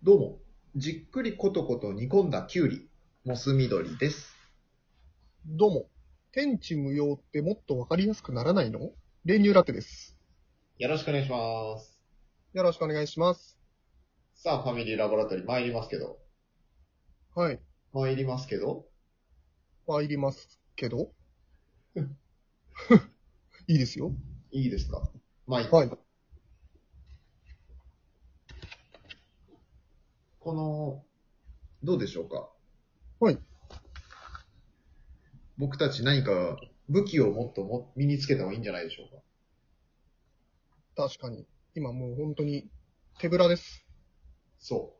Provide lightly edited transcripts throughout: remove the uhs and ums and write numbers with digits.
どうも、じっくりコトコト煮込んだきゅうり、モス緑です。 どうも。天地無用ってもっとわかりやすくならないの？練乳ラテです。 よろしくお願いします。 よろしくお願いします。 さあ、ファミリーラボラトリー参りますけど。 はい。 参りますけど参りますけど。いいですよ。 いいですか？ はい。 この、どうでしょうか？ はい。 僕たち何か武器をもっと身につけた方がいいんじゃないでしょうか？ 確かに。今もう本当に手ぶらです。 そう。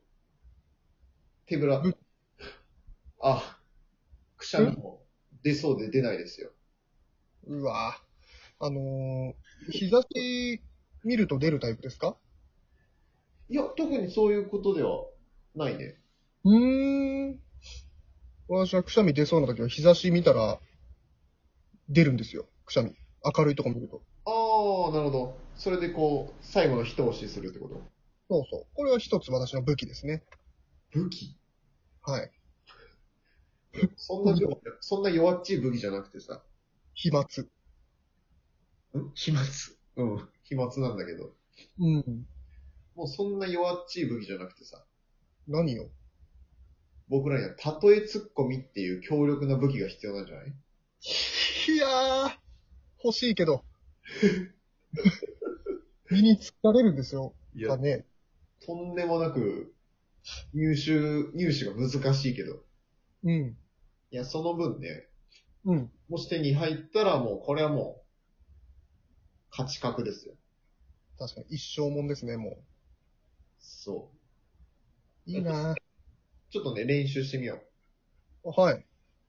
手ぶら。 ぶ、 あ、くしゃみも出そうで出ないですよ。 うわぁ。日差し見ると出るタイプですか？ いや、特にそういうことではないね。 うーん。私はくしゃみ出そうな時は日差し見たら出るんですよ。くしゃみ。明るいとこ見ると。 ああ、なるほど。それでこう、最後の一押しするってこと？ そうそう。これは一つ私の武器ですね。 武器？ はい。 そんな、 副業。 そんな弱っちい武器じゃなくてさ。 飛沫。 飛沫。うん。飛沫なんだけど。 うん。 もうそんな弱っちい武器じゃなくてさ。 何よ。 僕らには例えツッコミっていう強力な武器が必要なんじゃない？ いやー、欲しいけど、身につかれるんですよ。 いや、 かね。 とんでもなく入手が難しいけど。 うん。 いや、その分ね、 うん。 もし手に入ったらもう、これはもう、勝ち確ですよ。 確かに一生もんですね、もそう。いう。 いなちょっとね、練習してみよう。 ぁ。はい。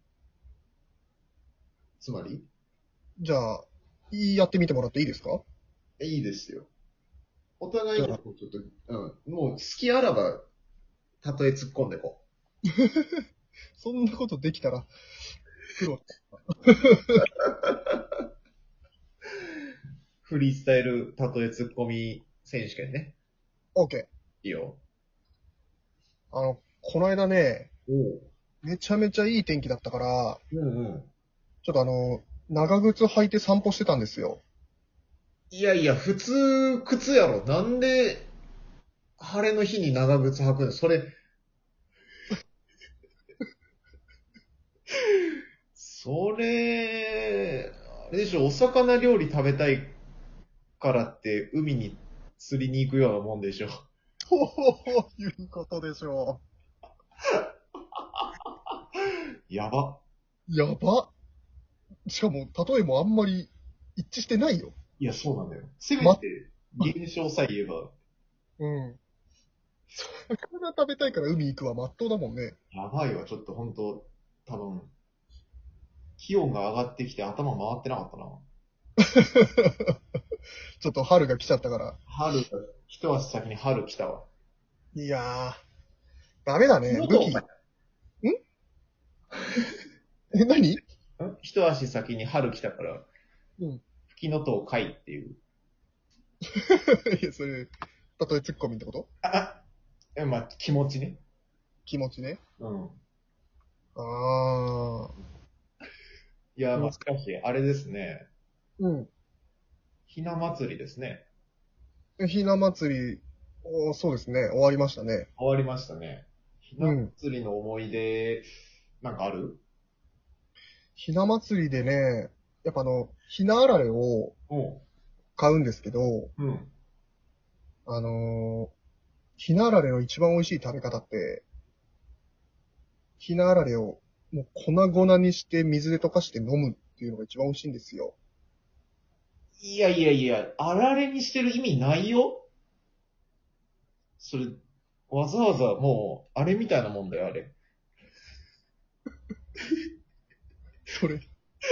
つまりじゃあ、やってみてもらっていいですか？ いいですよ。お互いにじゃあ、 ちょっと、もう好きあらば、例え突っ込んでこそんなことできたら、プロ。 う。フリースタイル例え突っ込み選手権ね。 OK。 いいよ。 この間ね、 おう。 めちゃめちゃいい天気だったから、 うんうん。 ちょっと長靴履いて散歩してたんですよ。 いやいや、普通、靴やろ。なんで、晴れの日に長靴履くの？それ、それ、あれでしょ、お魚料理食べたいからって海に釣りに行くようなもんでしょ。 ほほほ、いうことでしょやば。 う。やば。しかも、例えもあんまり一致してないよ。 いや、そうなんだよ。せめま、 て、現象さえ言えば、 うん。魚食べたいから海行くはまっとうだもんね。 やばいわ、ちょっと本当多分、気温が上がってきて頭回ってなかったな。 ちょっと春が来ちゃったから。 春が、一足先に春来たわ。 いやー、ダメだね。武器。 のとお前、 何？ 一足先に春来たから、 うん。 吹きのとをかいっていう。 いや、それ、例えツッコミってこと？ まあ、気持ちね。 気持ちね。 うん。 あいや、まあ、 ー。 しかし、あれですね。 うん。 ひな祭りですね。 ひな祭り、そうですね。終わりましたね。 終わりましたね。ひなうん。 祭りの思い出、なんかある？ ひな祭りでね、やっぱひなあられをうん。 買うんですけど、 うん。 あのひなあられの一番美味しい食べ方って、ひなあられをもう粉々にして水で溶かして飲むっていうのが一番美味しいんですよ。 いやいやいや、あられにしてる意味ないよ。それ、わざわざもう、あれみたいなもんだよ、あれ。 それ。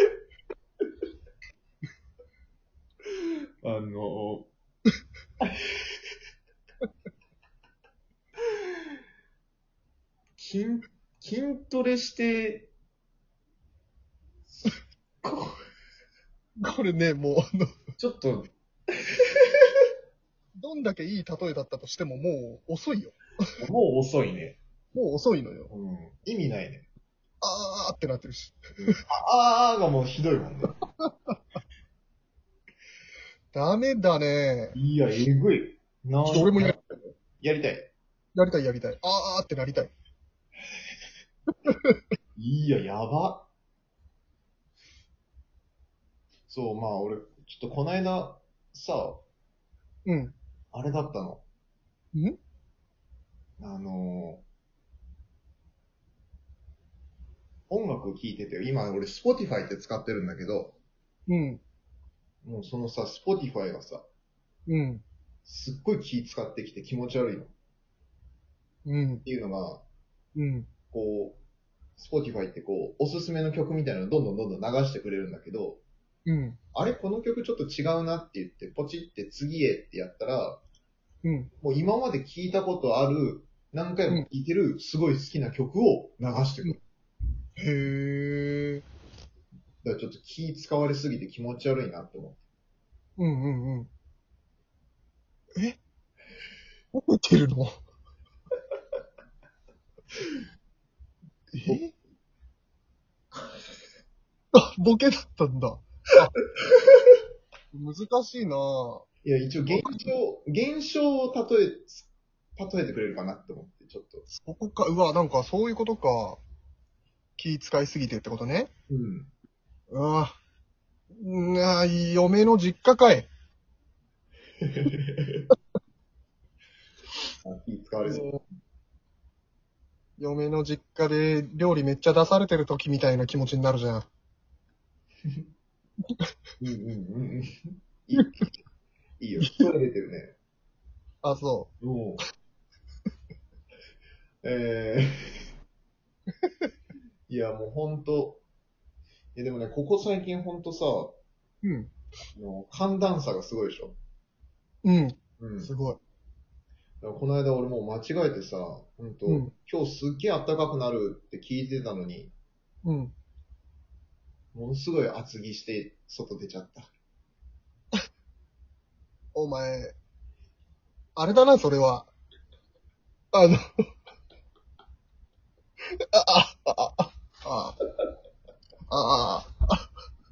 あの、筋、筋トレして、ここれね、もうちょっと、 どんだけいい例えだったとしてももう遅いよ。 もう遅いね。 もう遅いのよ。 うん。意味ないね。 あーってなってるし。 あーがもうひどいもんね。 ダメだね。 いや、えぐい。 ちょっと俺もやりたい。 やりたいやりたい。あーってなりたい。 いや、やば。そう、まあ俺、ちょっとこの間、さ、 うん。 あれだったの。 んあの音楽聴いてて、今俺 Spotify って使ってるんだけど、 うん。 もうそのさ、Spotify がさ、 うん。 すっごい気使ってきて気持ち悪いの。っうん。 ていうのが、 うん。 こう、Spotify ってこう、おすすめの曲みたいなのをどんどん流してくれるんだけど、 うん。 あれこの曲ちょっと違うなって言って、ポチって次へってやったら、 うん。 もう今まで聴いたことある、何回も聴いてる、すごい好きな曲を流してくる。 へー。 だからちょっと気使われすぎて気持ち悪いなって思って。 うんうんうん。え覚えてるのえあ、ボケだったんだ。あ、難しいなぁ。 いや、一応現象を例えてくれるかなって思って、ちょっと。 そこか、うわ、なんかそういうことか。気使いすぎてってことね。 うん。 うわうわ嫁の実家かい。 気使われる。 嫁の実家で料理めっちゃ出されてる時みたいな気持ちになるじゃん。 うんうんうんうん。いい、いいよ。声出てるね。 あ、そもう。えいや、もうほんと。いや、でもね、ここ最近ほんとさ、 う。うん。 寒暖差がすごいでしょ。 うん。 うん。 すごい。 だからこの間俺もう間違えてさ、ほんと、 うん。 今日すっげえ暖かくなるって聞いてたのに、 うん。 ものすごい厚着して外出ちゃった。 お前、あれだな、それは。あの、あ、あ、あ、あ、あ、あ、あ、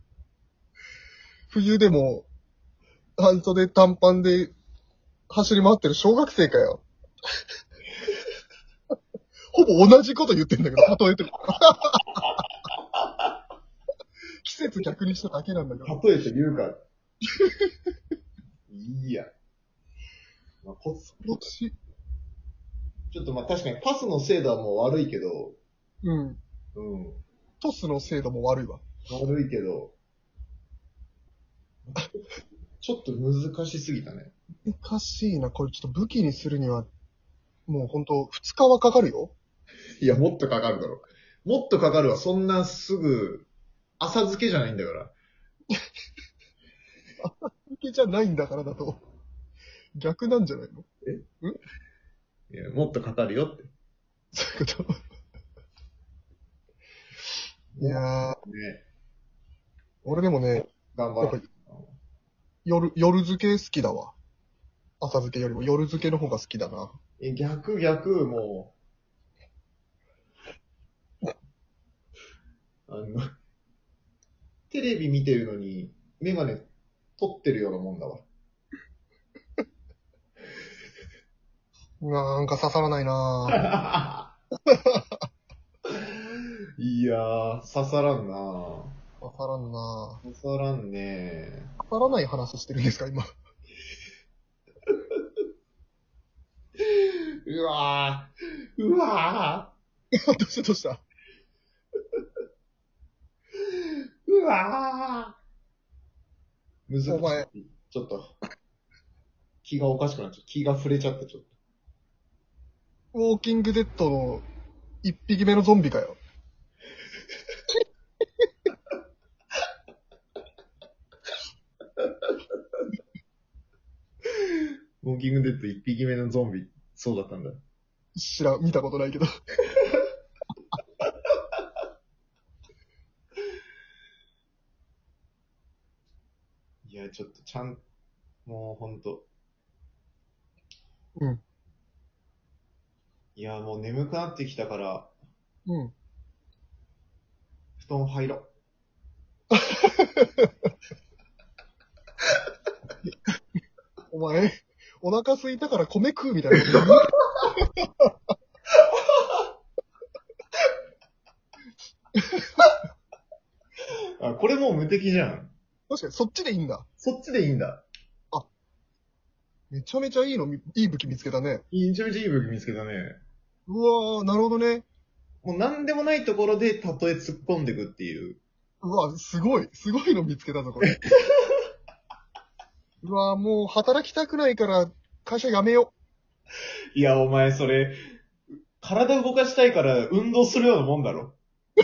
冬でも半袖短パンで走り回ってる小学生かよ。ほぼ同じこと言ってんだけど、例えてる。季節逆にしただけなんだけど。 例えて言うから。いいや。まあ、ちょっとまあ確かにパスの精度はもう悪いけど、 うん。 うん。 トスの精度も悪いわ。 悪いけど、ちょっと難しすぎたね。 難しいな。これちょっと武器にするには、もうほんと、2日はかかるよ。 いや、もっとかかるだろ。もっとかかるわ。そんなすぐ、浅漬けじゃないんだから。 武器じゃないんだからだと。逆なんじゃないのいや、もっとかかるよって。 そういうこと。いやー、 ね。 俺でもね、やっぱ頑張る。 夜漬け好きだわ。朝漬けよりも夜漬けの方が好きだな。 逆、もう、テレビ見てるのに、メガネ取ってるようなもんだわ。 なんか刺さらないないやー、刺さらんな刺さらんな刺さらんね刺さらない話してるんですか、今。 うわー、うわどうしたー、うわー。難しい。 お前、 ちょっと、気がおかしくなっちゃった。気が触れちゃった、ちょっと。 ウォーキングデッドの一匹目のゾンビかよ。 ウォーキングデッド一匹目のゾンビ、そうだったんだ。 知らん、見たことないけど。 いや、ちょっともうほんと、 うん。 いや、もう眠くなってきたから、 うん。 布団入ろお前、お腹空いたから米食うみたいなこと言う。 う。あ、これもう無敵じゃん。 確かにそっちでいいんだ。 そっちでいいんだ。 あ、めちゃめちゃいいの、いい武器見つけたね。 めちゃめちゃいい武器見つけたね。 うわー、なるほどね。 もう何でもないところで例え突っ込んでくっていう。 うわ、すごいの見つけたぞ、これ。うわー、もう働きたくないから会社辞めよいや、お前それ、体動かしたいから運動するようなもんだろ。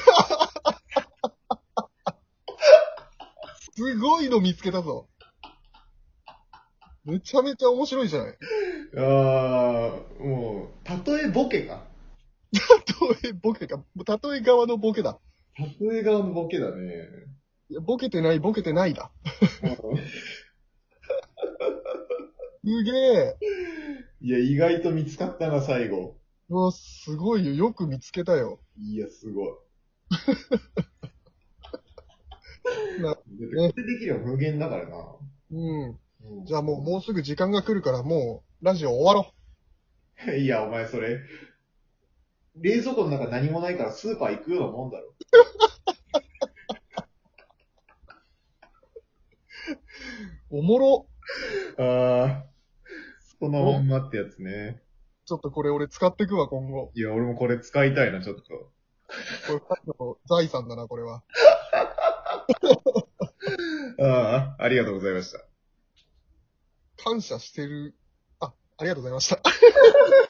う。すごいの見つけたぞ。めちゃめちゃ面白いじゃない。 あー、もう、例えボケか。 例えボケか。例え側のボケだ。 例え側のボケだね。 いやボケてないだ。すげえ。 いや、意外と見つかったな、最後。 うわ、すごいよ。よく見つけたよ。 いや、すごい。 な、 だってこれできれば無限だからな。 うん。 うん、 じゃあもうすぐ時間が来るから、もう、ラジオ終わろいや、お前それ、冷蔵庫の中何もないからスーパー行くようなもんだろ。 う。おもろ。 あー、そのまんまってやつね。 ちょっとこれ俺使ってくわ、今後。 いや、俺もこれ使いたいな、ちょっと。 これ二人の財産だな、これは。 ああ、ありがとうございました。 感謝してる。ありがとうございました。